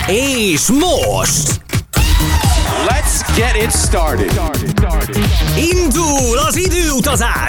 És most Let's get it started. indul az időutazás!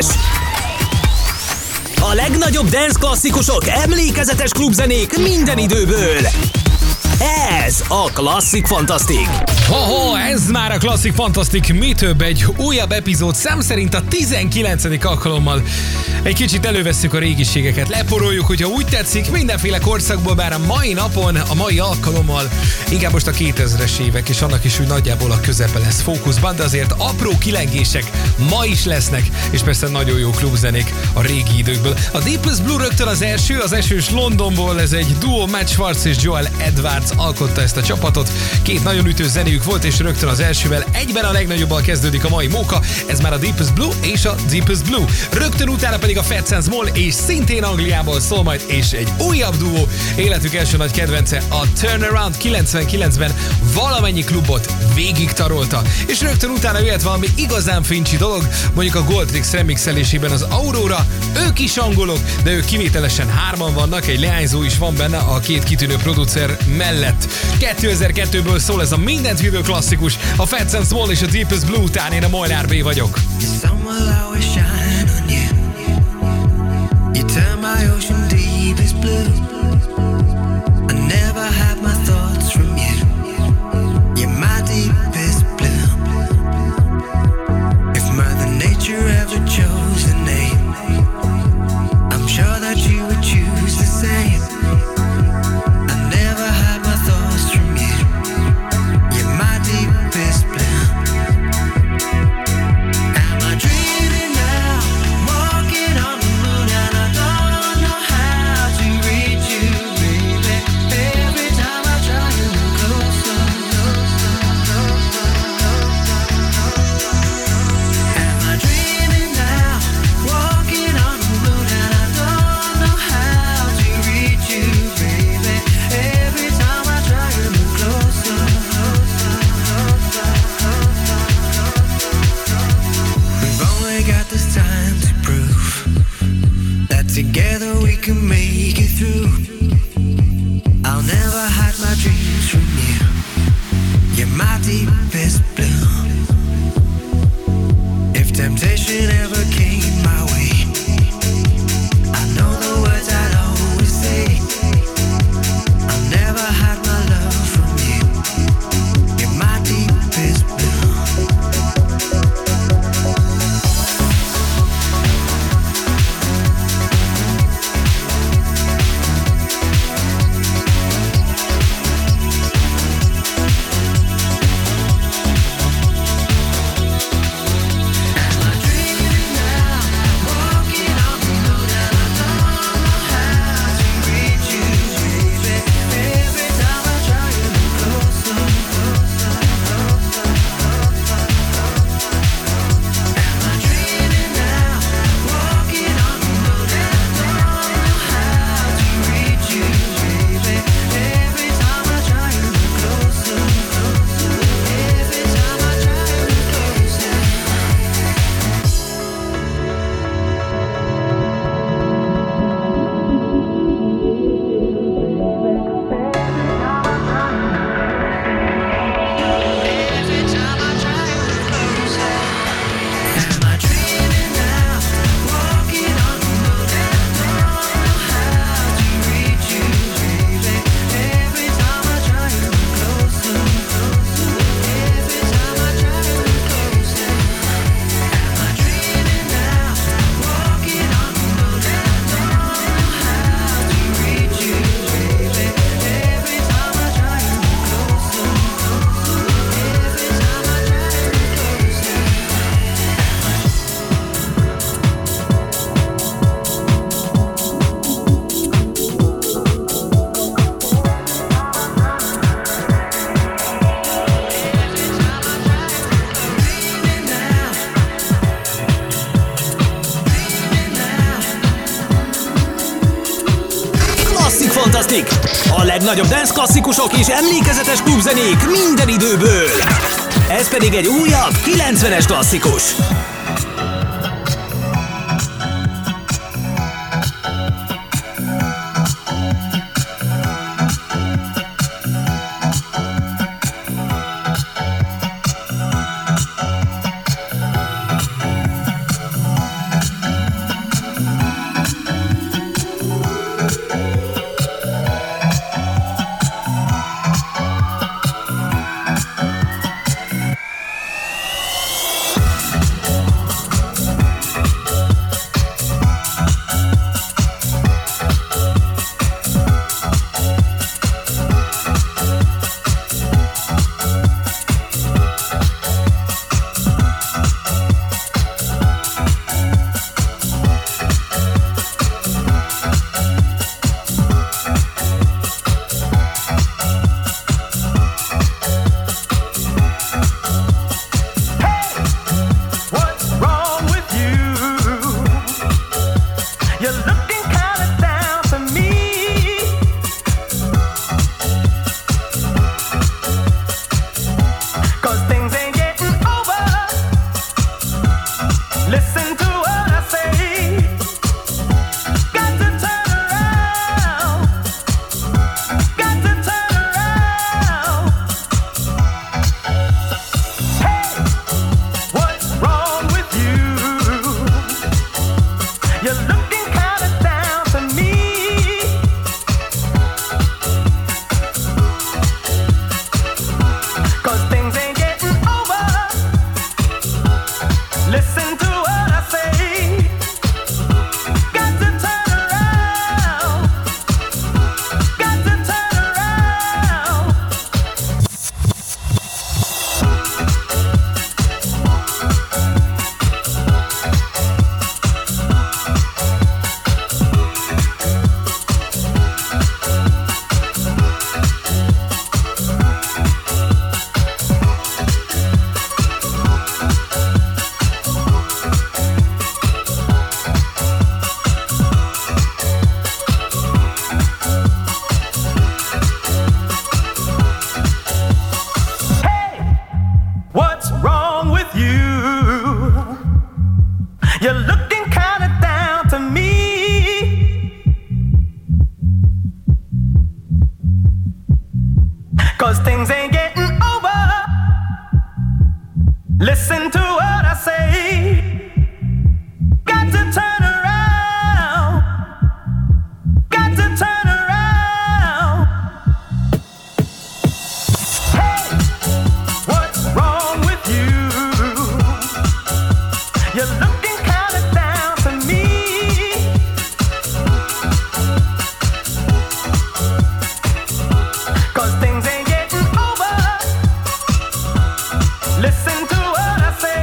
A legnagyobb dance klasszikusok, emlékezetes klubzenék minden időből. Ez a Klasszik Fantasztik. Ez már a Klasszik Fantasztik, mi több, egy újabb epizód, szám szerint a 19. alkalommal. Egy kicsit elővesszük a régiségeket, leporoljuk, hogyha úgy tetszik, mindenféle korszakból, bár a mai napon, a mai alkalommal inkább most a 2000-es évek, és annak is úgy nagyjából a közepe lesz fókuszban, de azért apró kilengések ma is lesznek, és persze nagyon jó klubzenék a régi időkből. A Deep Plus Blue rögtön az esős Londonból, ez egy duo, Matt Schwartz és Joel Edwards alkotta ezt a csapatot. Két nagyon ütő zenéjük volt, és rögtön az elsővel egyben a legnagyobbal kezdődik a mai móka, ez már a Deepest Blue és a Deepest Blue. Rögtön utána pedig a Fats and Small, és szintén Angliából szól majd, és egy újabb duó, életük első nagy kedvence, a Turnaround 99-ben valamennyi klubot végig tarolta. És rögtön utána jöhet valami igazán fincsi dolog, mondjuk a Goldrix remixelésében az Aurora, ők is angolok, de ők kivételesen hárman vannak, egy leányzó is van benne a két kitűnő producer mellett. 2002-ből szól ez a mindent vívő klasszikus, a Fats and Small és a Deepest Blue után, én a Molnár B vagyok. Fantasztik! A legnagyobb dance klasszikusok és emlékezetes klubzenék minden időből. Ez pedig egy újabb 90-es klasszikus. 'cause things ain't getting over. Listen to what I say. Got to turn around. Got to turn around. Hey, what's wrong with you? You're looking kind of down to me. 'Cause things ain't getting over. Listen to what I say.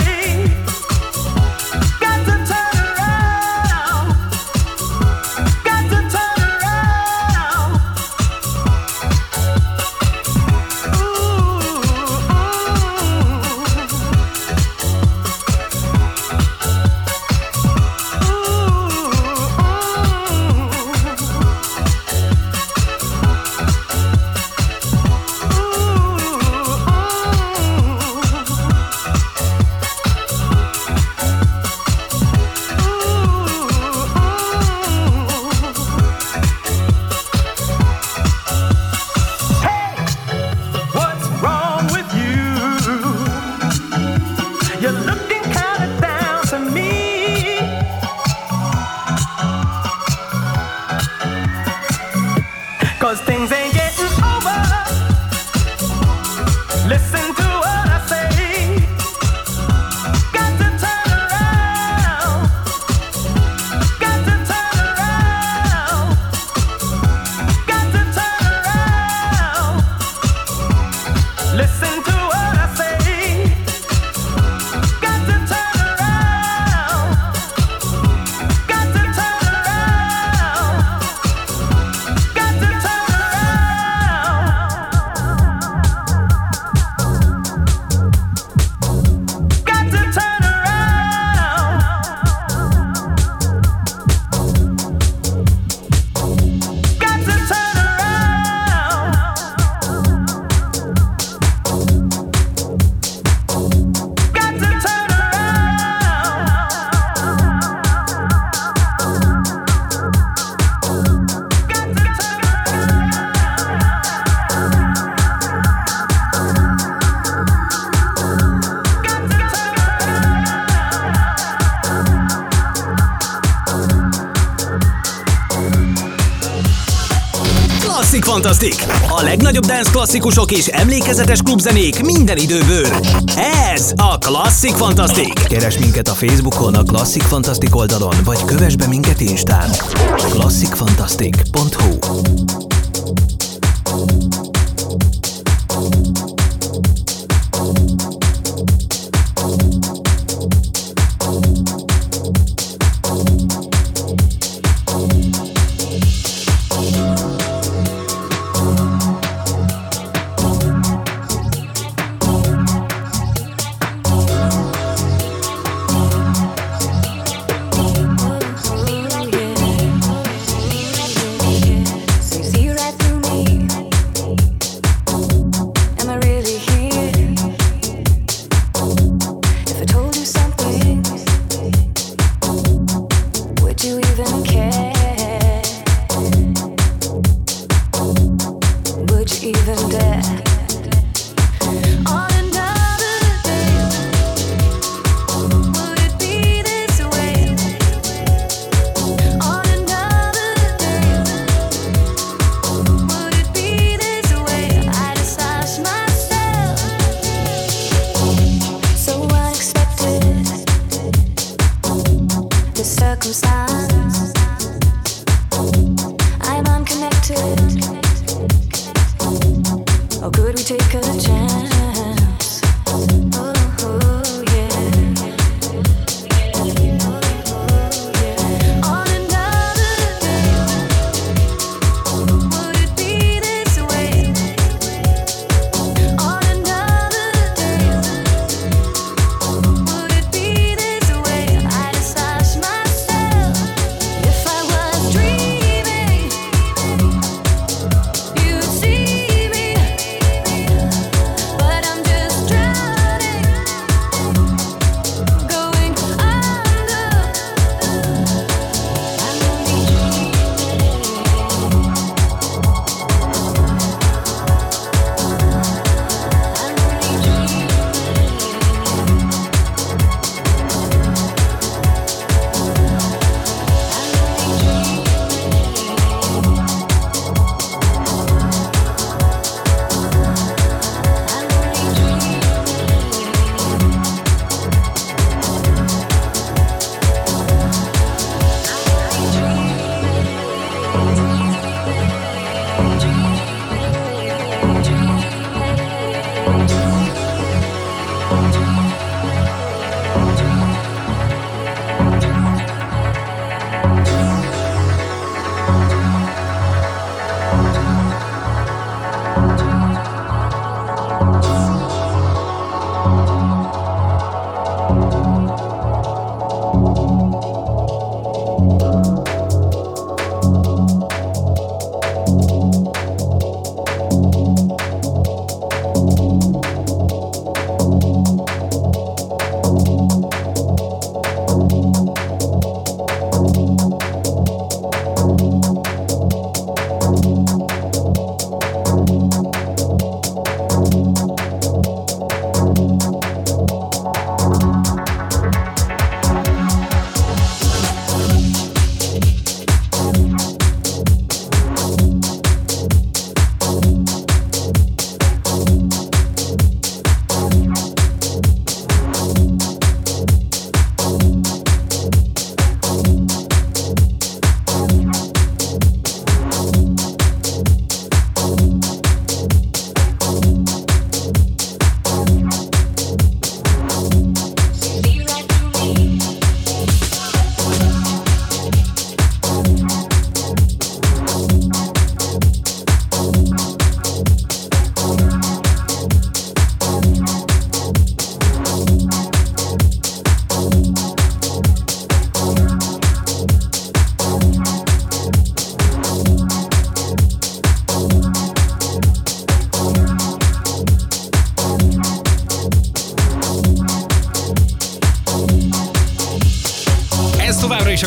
Got to turn around. Got to turn around. Hey, what's wrong with you? You're looking kind of down to me. 'Cause things ain't getting over. Listen to what I say. Got to turn around. Got to turn around. Got to turn around. Listen to what I say. Got to turn around. Got to turn around. Got to turn around. Got to turn around. Got to turn around. Got to turn Klasszik Fantasztik! A legnagyobb dance klasszikusok és emlékezetes klubzenék minden időből. Ez a Klasszik Fantasztik! Keresd minket a Facebookon, a Klasszik Fantasztik oldalon, vagy kövess be minket Instán. klasszikfantasztik.hu See right through me. Am I really here? If I told you something, would you even care? Would you even dare? On another day, would it be this way? On another day, would it be this way? I just ask myself, so unexpected, the circumstance. I'm unconnected. Or could we take a chance? Oh, yeah. On another day, would it be this way? On another day, would it be this way? I just ask myself, if I was dreaming, you'd see me.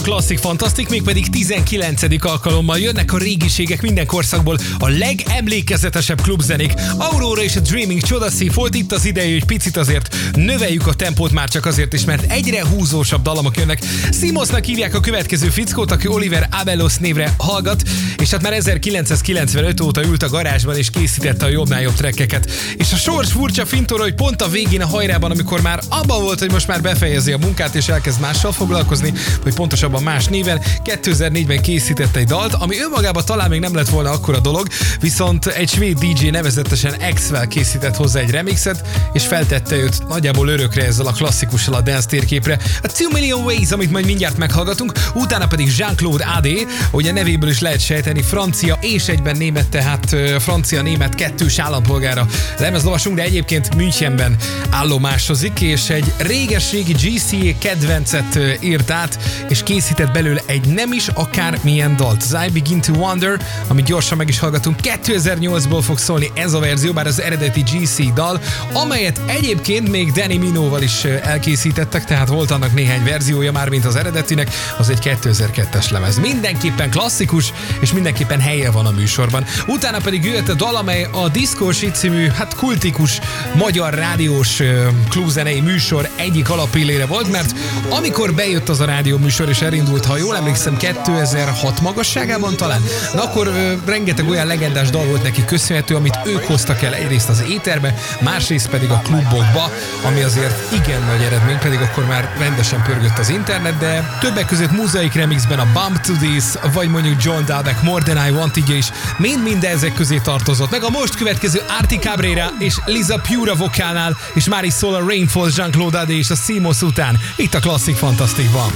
Classic Fantastic, mégpedig 19. alkalommal jönnek a régiségek minden korszakból, a legemlékezetesebb klubzenék. Aurora és a Dreaming csodaszív volt, itt az ideje, hogy picit azért növeljük a tempót, már csak azért is, mert egyre húzósabb dallamok jönnek. Simosnak hívják a következő fickót, aki Oliver Abelos névre hallgat, és hát már 1995 óta ült a garázsban és készítette a jobbnál jobb trekkeket. És a sors furcsa fintora, hogy pont a végén a hajrában, amikor már abban volt, hogy most már befejezi a munkát és elkezd mással foglalkozni, vagy pontosabban más néven, 2004-ben készítette egy dalt, ami önmagában talán még nem lett volna akkora dolog, viszont egy svéd DJ nevezetesen Axwell készített hozzá egy remixet, és feltette őt nagyjából örökre ezzel a klasszikussal a dance térképre. A 2 Million Ways, amit majd mindjárt meghallgatunk, utána pedig Jean-Claude Adé, hogy a nevéből is lehet sejteni, francia és egyben német, tehát francia-német kettős állampolgára lemezlovasunk, de egyébként Münchenben állomásozik, és egy réges-régi GCA kedvencet írt át, és készített belőle egy nem is akármilyen dalt. Az I Begin to Wonder, amit gyorsan meg is hallgatunk, 2008-ból fog szólni ez a verzió, bár az eredeti GC dal, amelyet egyébként még Danny Minóval is elkészítettek, tehát volt annak néhány verziója már, mint az eredetinek, az egy 2002-es lemez. Mindenképpen klasszikus, és mindenképpen helye van a műsorban. Utána pedig jött a dal, amely a Disco Shit című, hát kultikus magyar rádiós klubzenei műsor egyik alappillére volt, mert amikor bejött az a rádió műsor és elindult, ha jól emlékszem, 2006 magasságában talán, na akkor rengeteg olyan legendás dal volt neki köszönhető, amit ők hoztak el egyrészt az éterbe, másrészt pedig a klubokba, ami azért igen nagy eredmény, pedig akkor már rendesen pörgött az internet, de többek között Mozaik remixben a Bump to This, vagy mondjuk John Dalbeck More Than I Want-ig is mind ezek közé tartozott. Meg a most következő Artie Cabrera és Lisa Pura vokálnál, és már is szól a Rainfall Jean-Claude Adé és a Simos után, itt a Classic Fantasticban.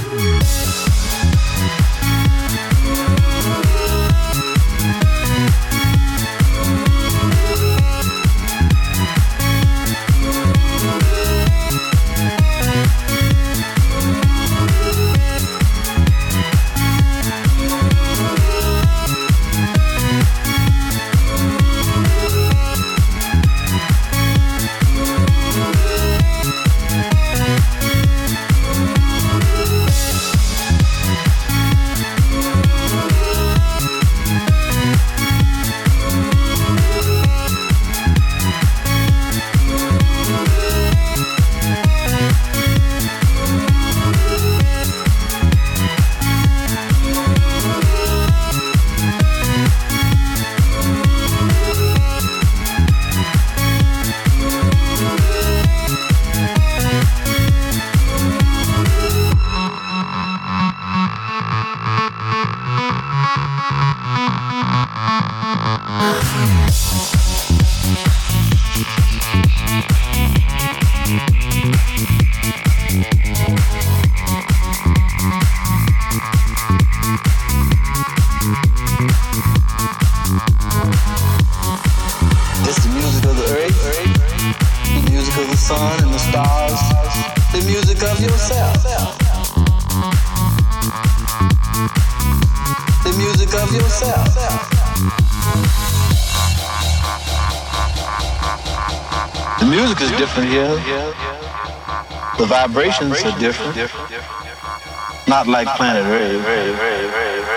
The vibrations are different. Not like planet Earth.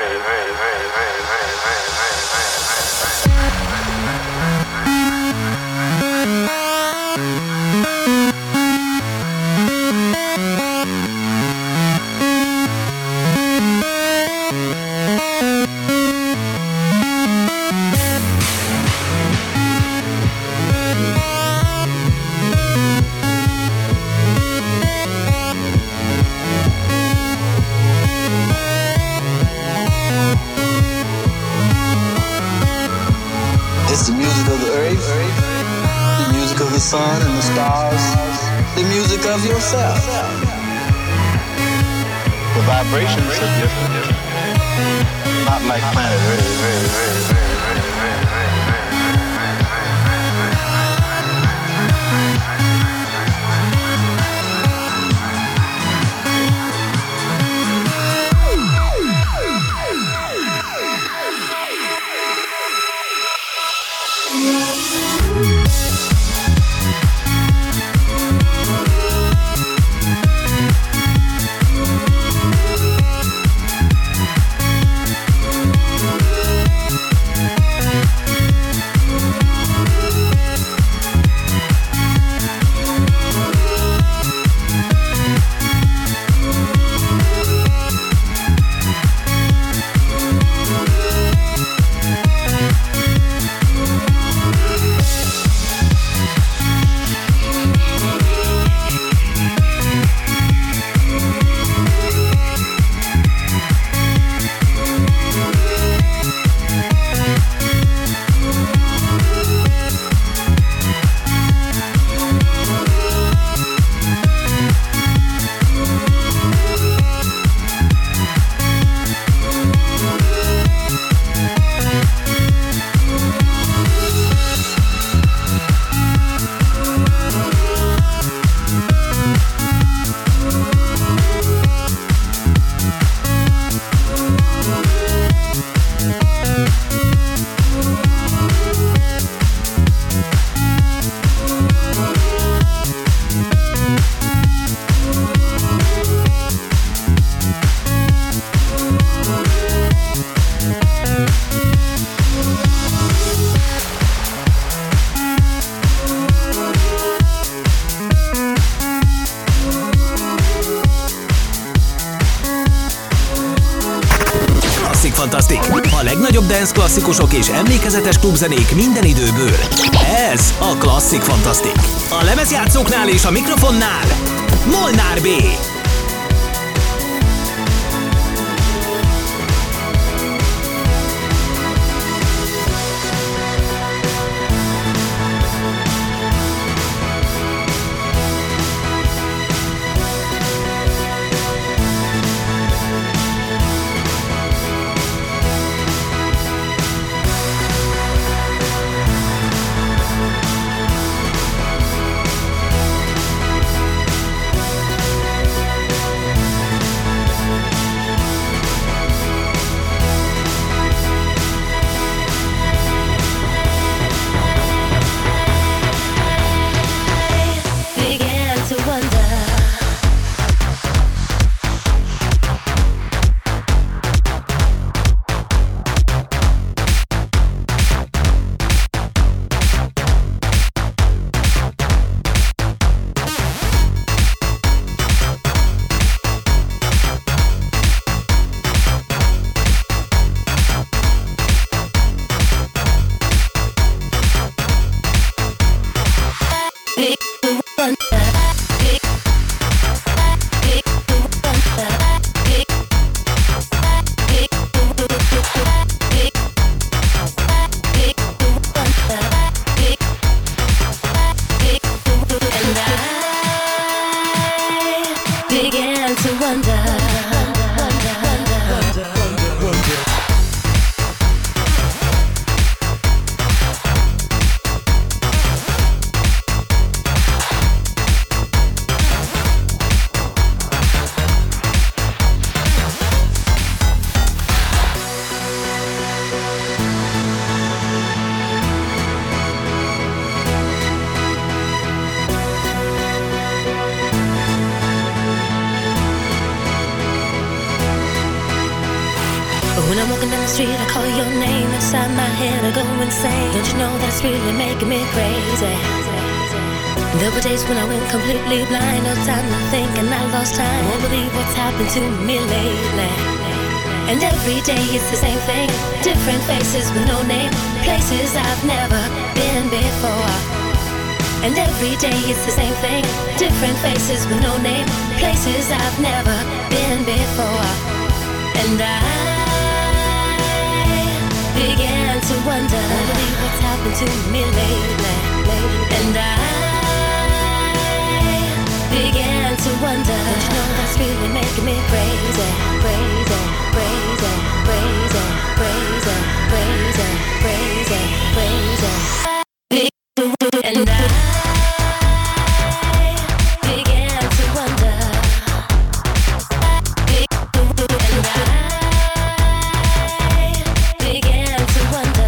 Sun and the stars, the music of yourself. The vibrations are different. Not like planet Earth. dance klasszikusok és emlékezetes klubzenék minden időből. Ez a Classic Fantastic. A lemezjátszóknál és a mikrofonnál Molnár B. When I'm walking down the street, I call your name. Inside my head, I go insane. Don't you know that it's really making me crazy? There were days when I went completely blind. No time to think and I lost time. Won't believe what's happened to me lately. And every day it's the same thing. Different faces with no name. Places I've never been before. And every day it's the same thing. Different faces with no name. Places I've never been before. And I began to wonder, won't believe what's happened to me lately. And I began to wonder, don't you know that's really making me crazy, crazy, crazy, crazy, crazy, crazy, crazy, crazy. And I began to wonder, and I began to wonder,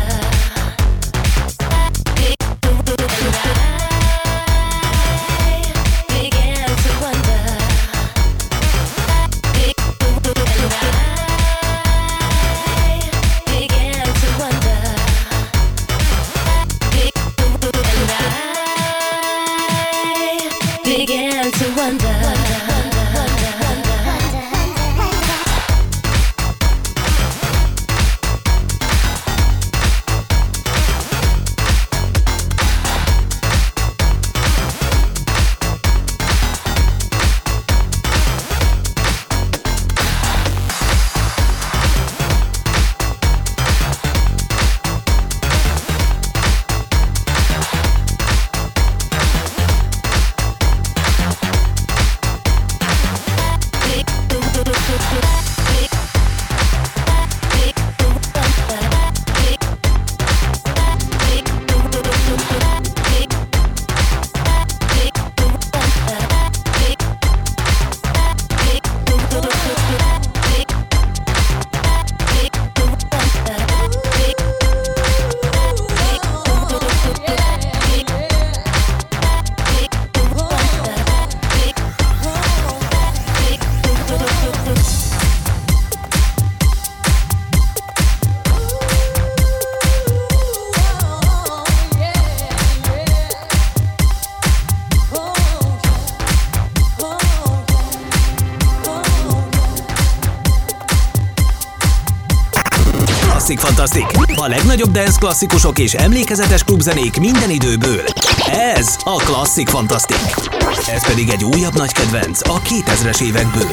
Classic Fantastic. A legnagyobb dance klasszikusok és emlékezetes klubzenék minden időből. Ez a Classic Fantastic. Ez pedig egy újabb nagy kedvenc a 2000-es évekből.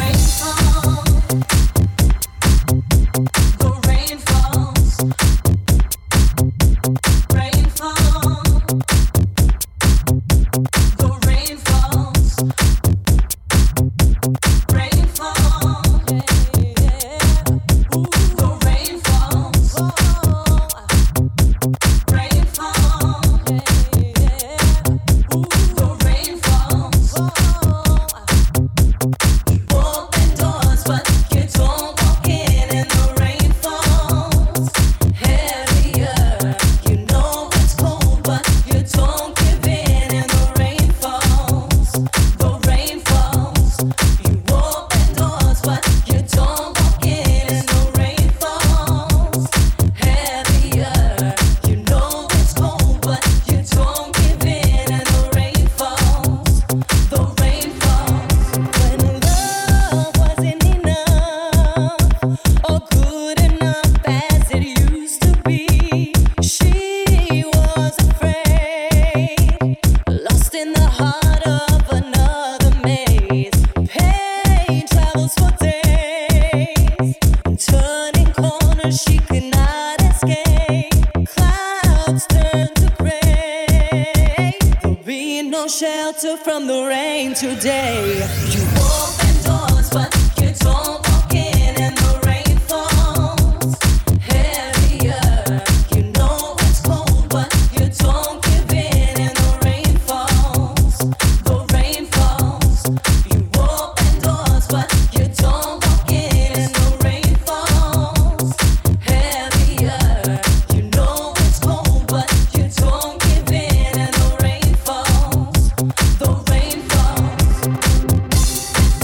Shelter from the rain today. You open doors, but you don't walk in, and the rain falls heavier. You know it's cold, but you don't give in, and the rain falls. The rain falls. You open doors, but you don't walk in, and the rain falls heavier. You know it's cold, but you don't give in, and the rain falls. The rain falls.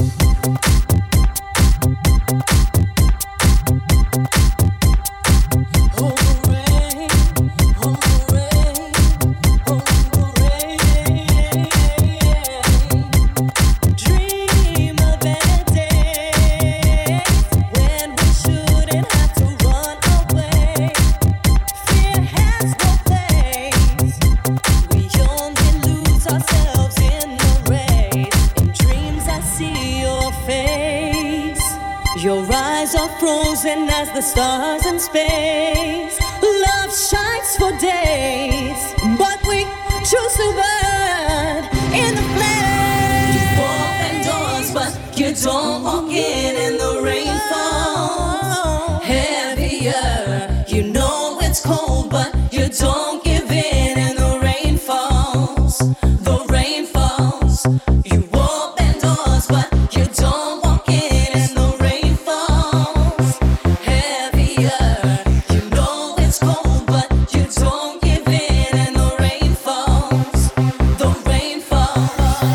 Your eyes are frozen as the stars in space. Love shines for days, but we choose to burn in the flame. You open doors, but you don't walk in, and the rain falls heavier. You know it's cold, but you don't give in, and the rain falls. The rain falls. You open doors, but you don't walk in, and the rain falls heavier. You know it's cold, but you don't give in, and the rain falls. The rain falls.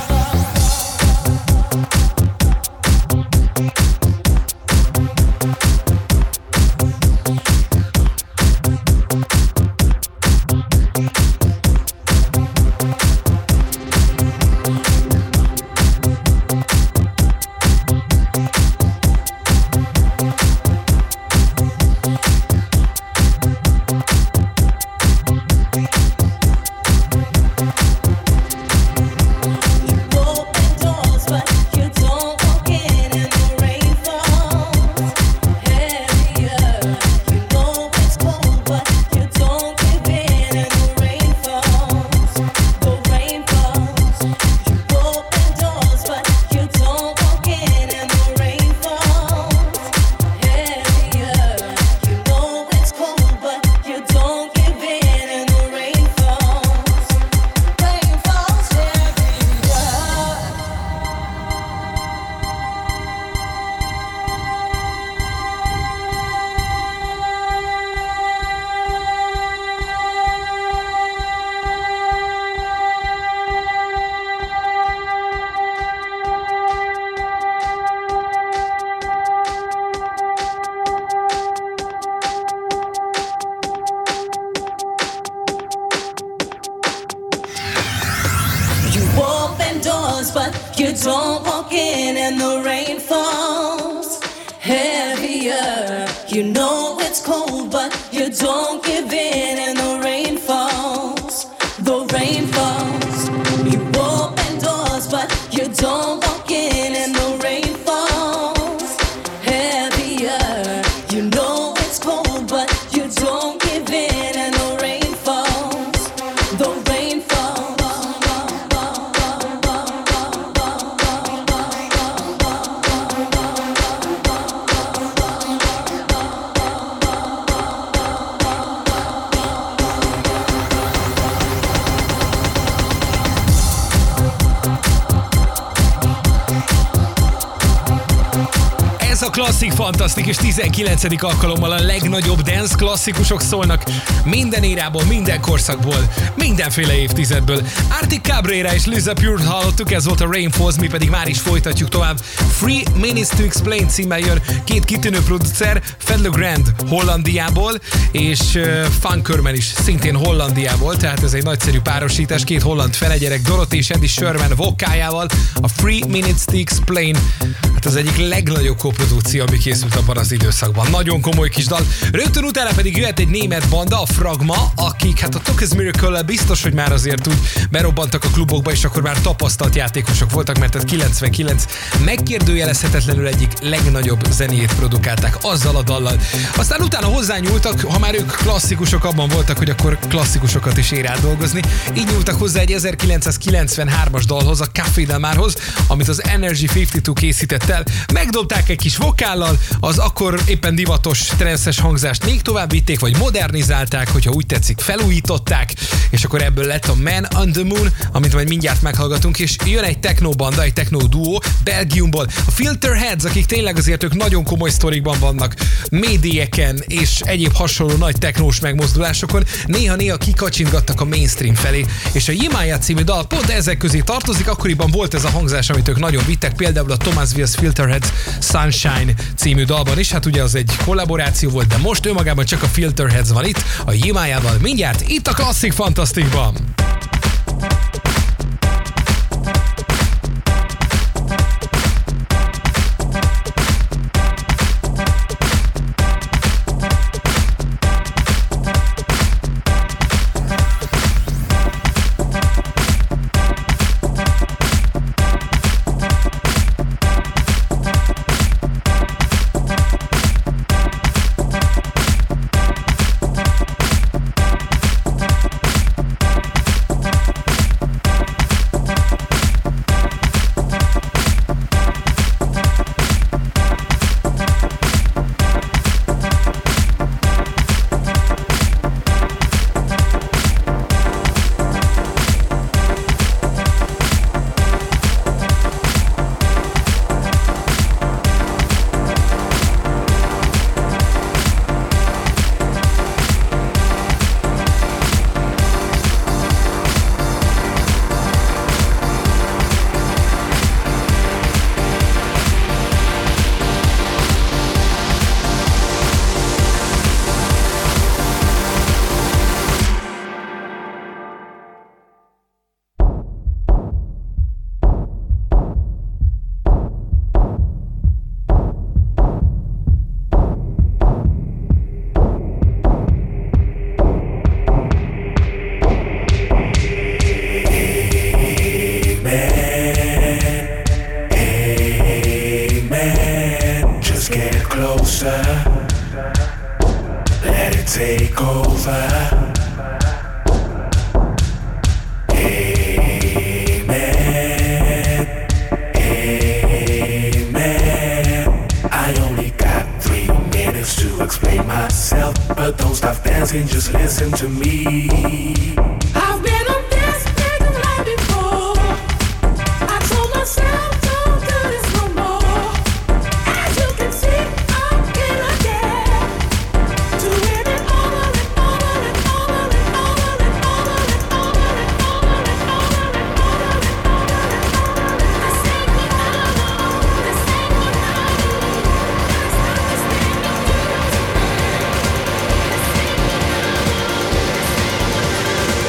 But you don't walk in, and the rain falls heavier. You know it's cold, but you don't give in, and the rain falls. The rain falls. You open doors, but you don't walk in, and the rain falls heavier. You know it's cold, but you don't give in, and the rain falls. The rain falls. Ez a Klasszik Fantasztik, és 19. alkalommal a legnagyobb dance klasszikusok szólnak minden érából, minden korszakból, mindenféle évtizedből. Arctic Cabrera és Lisa Pure hallottuk, ez volt a Rain Falls, mi pedig már is folytatjuk tovább. 3 Minutes to Explain címmel jön két kitűnő producer, Fedle Grand Hollandiából, és Funkerman is szintén Hollandiából, tehát ez egy nagyszerű párosítás, két holland felegyerek, Dorothy és Eddie Sherman vokájával. A 3 Minutes to Explain, hát az egyik legnagyobb koprodukció, ami készült abban az időszakban. Nagyon komoly kis dal. Rögtön utána pedig jöhet egy német banda, a Fragma, akik hát a Talk is Miracle-lel biztos, hogy már azért úgy berobbantak a klubokba, és akkor már tapasztalt játékosok voltak, mert tehát 99 megkérdőjelezhetetlenül egyik legnagyobb zenéjét produkálták azzal a dallal. Aztán utána hozzányúltak, ha már ők klasszikusok abban voltak, hogy akkor klasszikusokat is ér átdolgozni. Így nyúltak hozzá egy 1993-as dalhoz, a Café Del Marhoz, amit az Energy 52 készített el. Megdobták egy kis vokállal, az akkor éppen divatos transzes hangzást még tovább vitték, vagy modernizálták, hogyha úgy tetszik, felújították, és akkor ebből lett a Man on the Moon, amit majd mindjárt meghallgatunk, és jön egy techno banda, egy techno duó Belgiumból. A Filterheads, akik tényleg azért ők nagyon komoly sztorikban vannak, médieken és egyéb hasonló nagy technós megmozdulásokon, néha-néha kikacsintgattak a mainstream felé, és a Yemaya című dal pont ezek közé tartozik. Akkoriban volt ez a hangzás, amit ők nagyon vittek, például a Thomas Wills Filterheads Sunshine című dalban is, hát ugye az egy kollaboráció volt, de most önmagában csak a Filterheads van itt, a Yemayával mindjárt itt a Klasszik Fantasztikban. Just listen to me. I've been on this big life before. I told myself don't do this no more. As you can see, I'm in again. Doing it all of it, all of it, all of it, all of it, all of it, all of it, all of it, all of it, all of it, all of it. This ain't what I know. This ain't what I do. That's not this thing you do to me. This ain't what I know. This ain't what I do.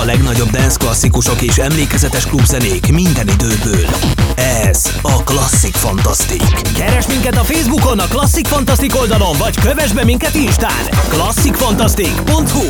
A legnagyobb dance klasszikusok és emlékezetes klubzenék minden időből. Ez a Klasszik Fantasztik. Keresd minket a Facebookon, a Klasszik Fantasztik oldalon, vagy kövess be minket Instán. klasszikfantasztik.hu.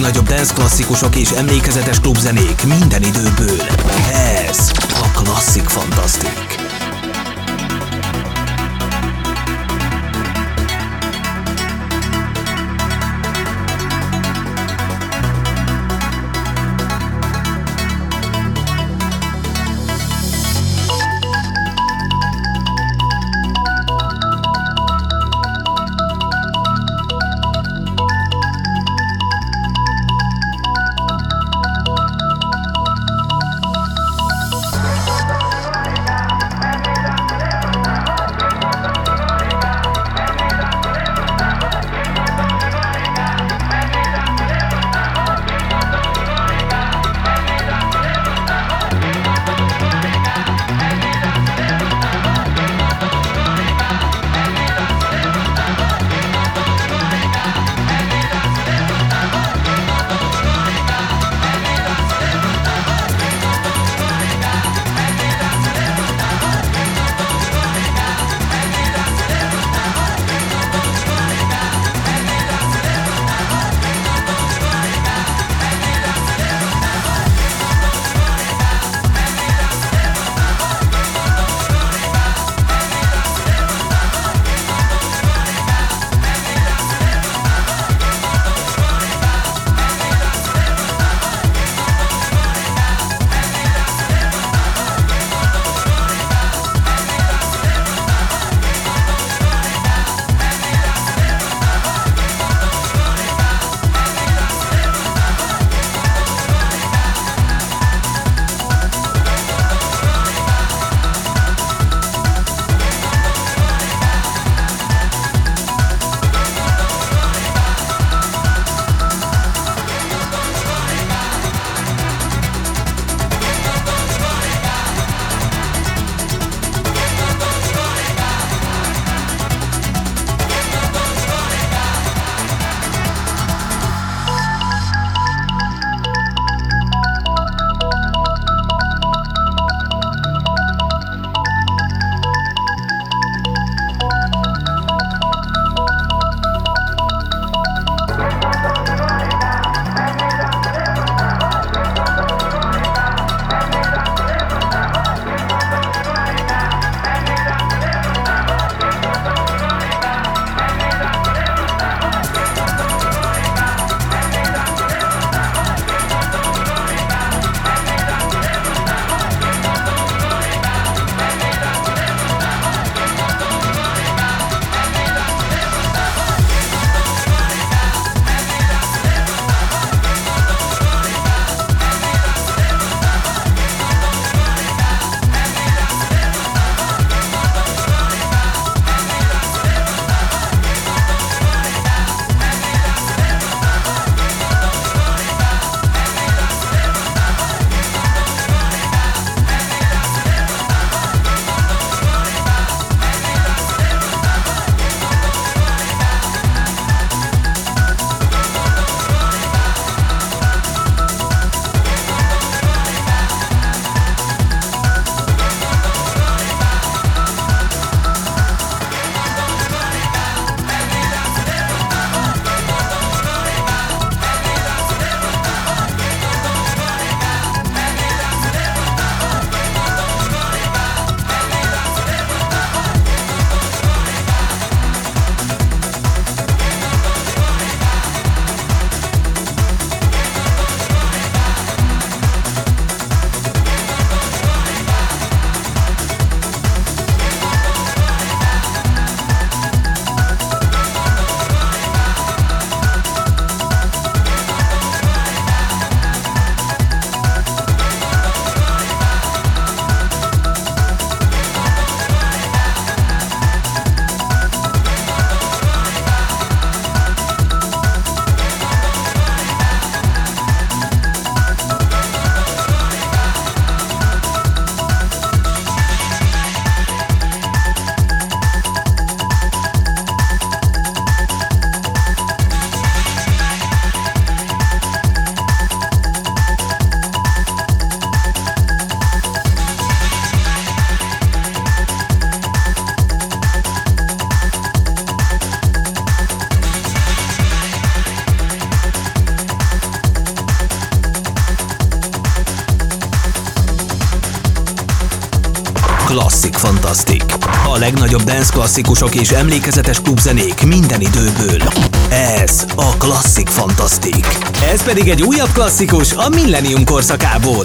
legnagyobb dance klasszikusok és emlékezetes klubzenék minden időből. Ez a Klasszik Fantasztik. Down. Klasszik Fantasztik. A legnagyobb dance klasszikusok és emlékezetes klubzenék minden időből. Ez a Klasszik Fantasztik. Ez pedig egy újabb klasszikus a Millennium korszakából.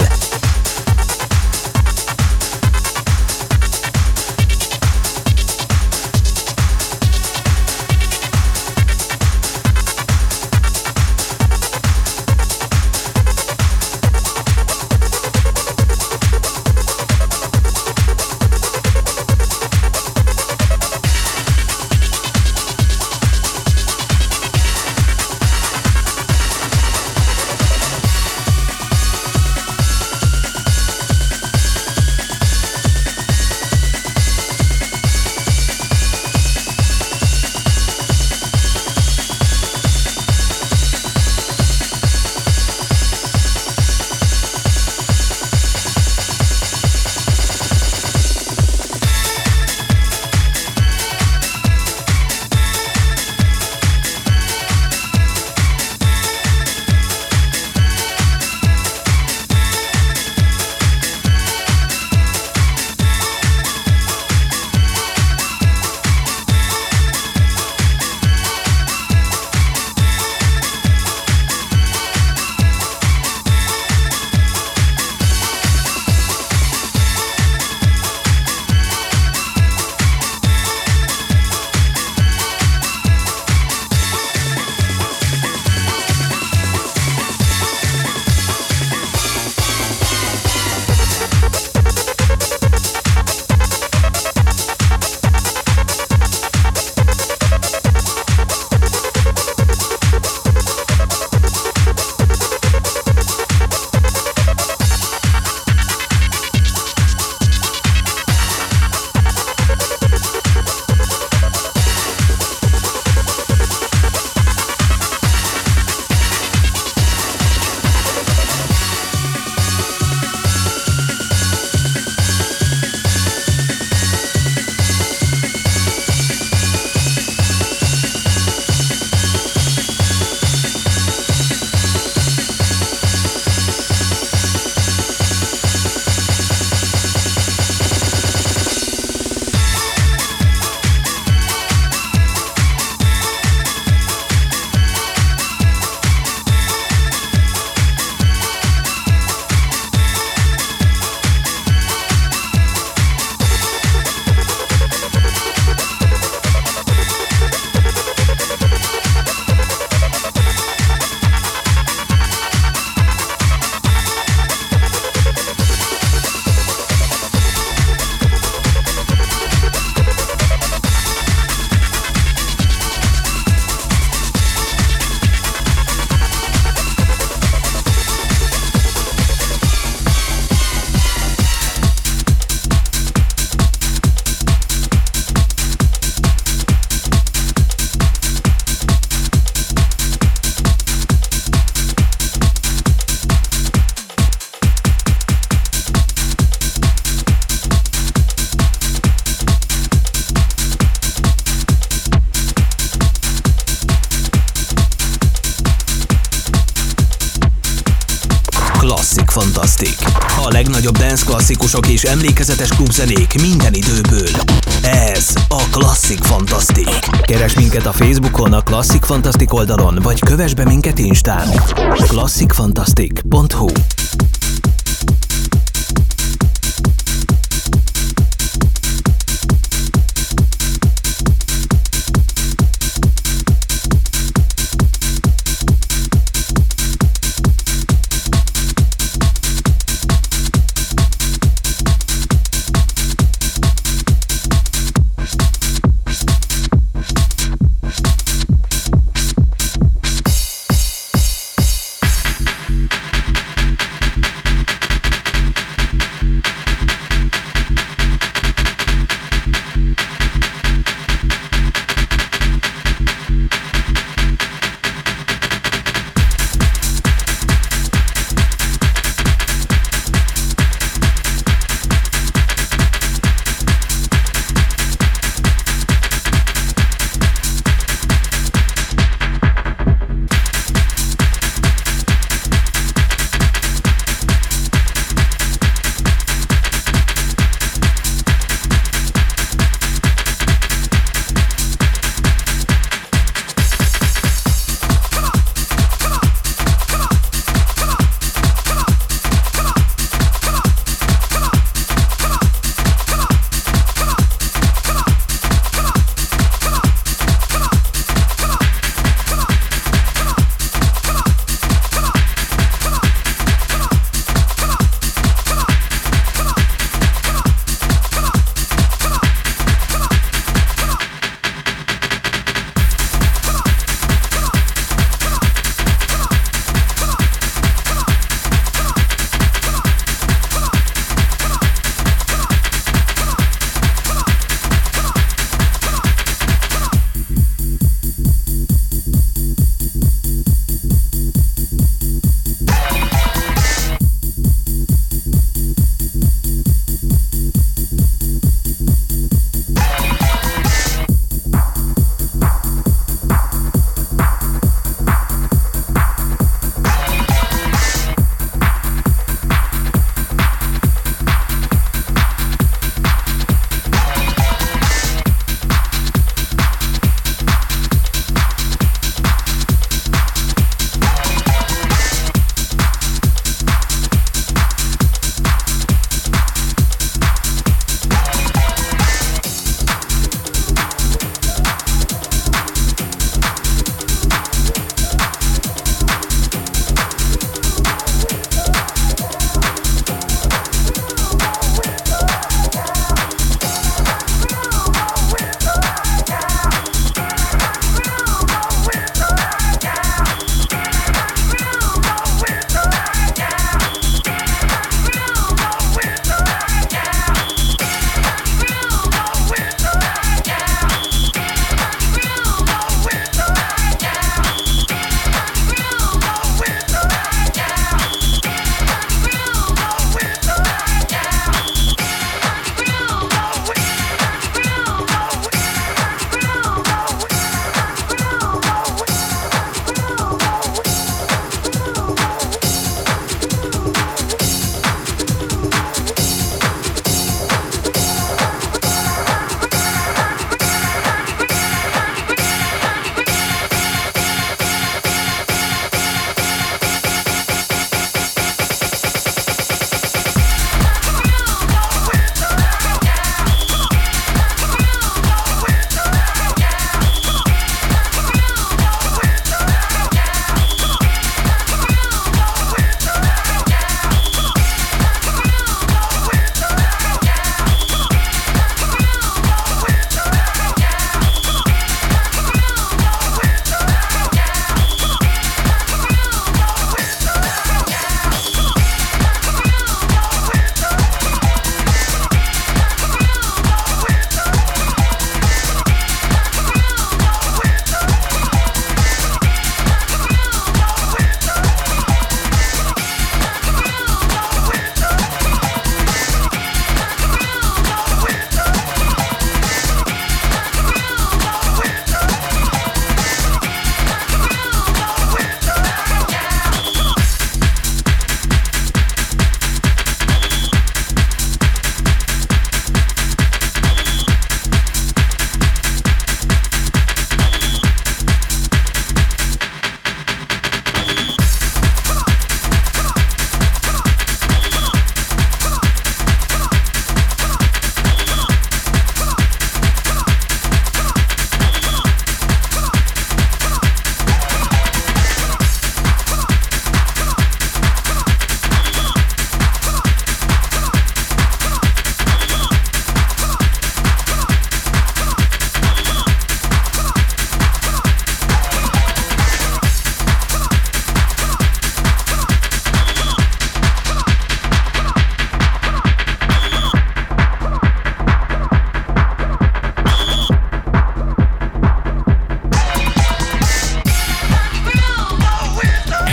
Klasszik Fantasztik. A legnagyobb dance klasszikusok és emlékezetes klubzenék minden időből. Ez a Klasszik Fantasztik. Keresd minket a Facebookon, a Klasszik Fantasztik oldalon, vagy kövess be minket Instán. klasszikfantasztik.hu.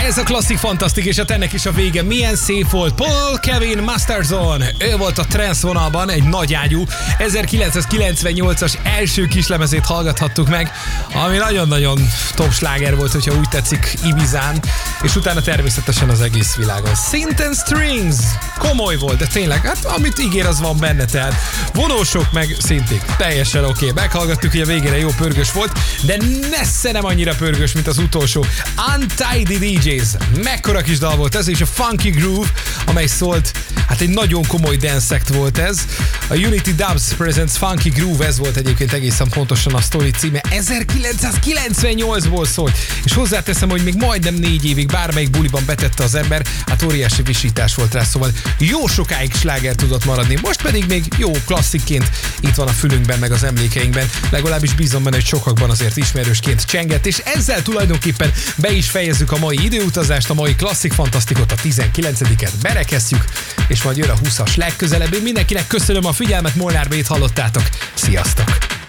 Ez a Klasszik Fantasztik, és hát ennek is a vége. Milyen szép volt. Paul Kevin Masterson. Ő volt a trance vonalban, egy nagy ágyú. 1998-as első kislemezét hallgathattuk meg, ami nagyon-nagyon top sláger volt, hogyha úgy tetszik, Ibizán, és utána természetesen az egész világon. Synth and Strings. Komoly volt, de tényleg, hát amit ígér, az van benne, tehát vonósok meg szintig. Teljesen oké. Meghallgattuk, hogy a végére jó pörgős volt, de messze nem annyira pörgős, mint az utolsó. Untidy DJs. Mekkora kis dal volt ez, és a Funky Groove, amely szólt, hát egy nagyon komoly dance act volt ez. A Unity Dubs Presents Funky Groove, ez volt egyébként egészen pontosan a sztori címe. 1998-ból szólt, és hozzáteszem, hogy még majdnem 4 évig bármelyik buliban betette az ember, hát óriási visítás volt rá, szóval jó sokáig sláger tudott maradni. Most pedig még jó klasszikként itt van a fülünkben, meg az emlékeinkben. Legalábbis bízom benne, hogy sokakban azért ismerősként csengett, és ezzel tulajdonképpen be is fejezzük a mai időutazást, a mai Klasszik Fantasztikot, a 19-et berekesszük, és majd jön a 20-as legközelebb. Én mindenkinek köszönöm a figyelmet, Molnár B-t hallottátok. Sziasztok!